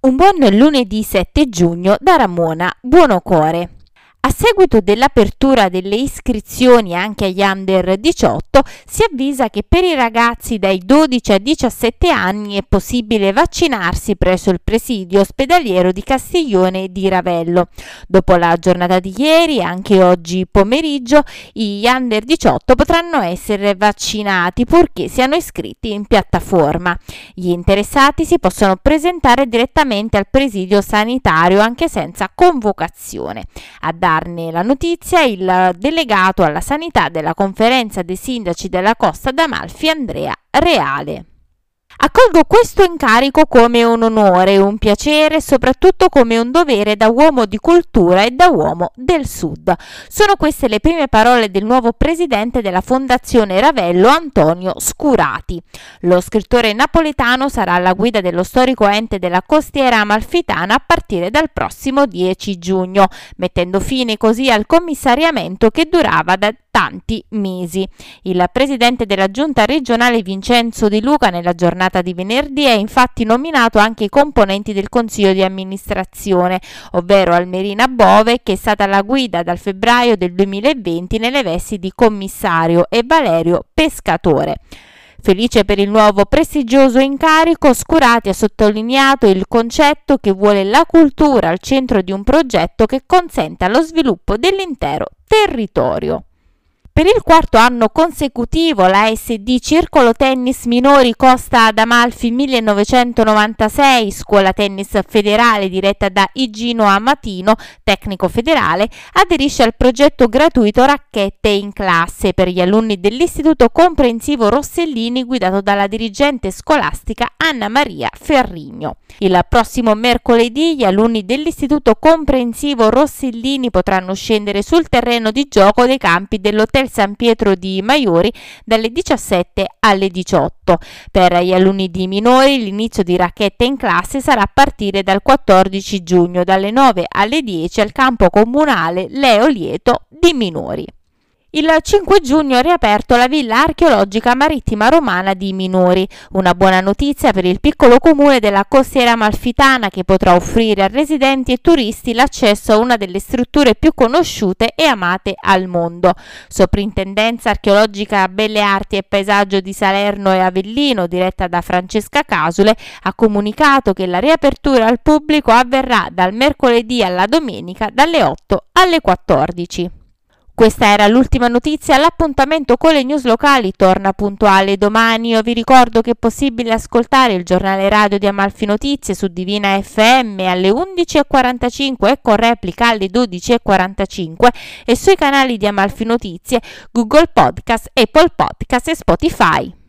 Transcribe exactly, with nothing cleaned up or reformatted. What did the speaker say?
Un buon lunedì sette giugno da Ramona Buonocore. A seguito dell'apertura delle iscrizioni anche agli under diciotto, si avvisa che per i ragazzi dai dodici a diciassette anni è possibile vaccinarsi presso il presidio ospedaliero di Castiglione di Ravello. Dopo la giornata di ieri, anche oggi pomeriggio, gli under diciotto potranno essere vaccinati purché siano iscritti in piattaforma. Gli interessati si possono presentare direttamente al presidio sanitario anche senza convocazione. A darne la notizia il delegato alla sanità della conferenza dei sindaci della Costa d'Amalfi, Andrea Reale. Accolgo questo incarico come un onore, un piacere e soprattutto come un dovere da uomo di cultura e da uomo del Sud. Sono queste le prime parole del nuovo presidente della Fondazione Ravello, Antonio Scurati. Lo scrittore napoletano sarà alla guida dello storico ente della costiera amalfitana a partire dal prossimo dieci giugno, mettendo fine così al commissariamento che durava da tanti mesi. Il presidente della giunta regionale Vincenzo Di Luca nella giornata di venerdì ha infatti nominato anche i componenti del consiglio di amministrazione, ovvero Almerina Bove, che è stata alla guida dal febbraio del duemilaventi nelle vesti di commissario, e Valerio Pescatore. Felice per il nuovo prestigioso incarico, Scurati ha sottolineato il concetto che vuole la cultura al centro di un progetto che consenta lo sviluppo dell'intero territorio. Per il quarto anno consecutivo la A S D Circolo Tennis Minori Costa d'Amalfi millenovecentonovantasei, scuola tennis federale diretta da Igino Amatino, tecnico federale, aderisce al progetto gratuito Racchette in classe per gli alunni dell'Istituto Comprensivo Rossellini guidato dalla dirigente scolastica Anna Maria Ferrigno. Il prossimo mercoledì gli alunni dell'Istituto Comprensivo Rossellini potranno scendere sul terreno di gioco dei campi dell'Hotel San Pietro di Maiori dalle diciassette alle diciotto. Per gli alunni di minori l'inizio di Racchette in classe sarà a partire dal quattordici giugno dalle nove alle dieci al campo comunale Leo Lieto di Minori. Il cinque giugno è riaperto la Villa Archeologica Marittima Romana di Minori, una buona notizia per il piccolo comune della costiera amalfitana che potrà offrire a residenti e turisti l'accesso a una delle strutture più conosciute e amate al mondo. Soprintendenza Archeologica Belle Arti e Paesaggio di Salerno e Avellino, diretta da Francesca Casule, ha comunicato che la riapertura al pubblico avverrà dal mercoledì alla domenica dalle otto alle quattordici. Questa era l'ultima notizia, l'appuntamento con le news locali torna puntuale domani. Io vi ricordo che è possibile ascoltare il giornale radio di Amalfi Notizie su Divina F M alle undici e quarantacinque e con replica alle dodici e quarantacinque e sui canali di Amalfi Notizie, Google Podcast, Apple Podcast e Spotify.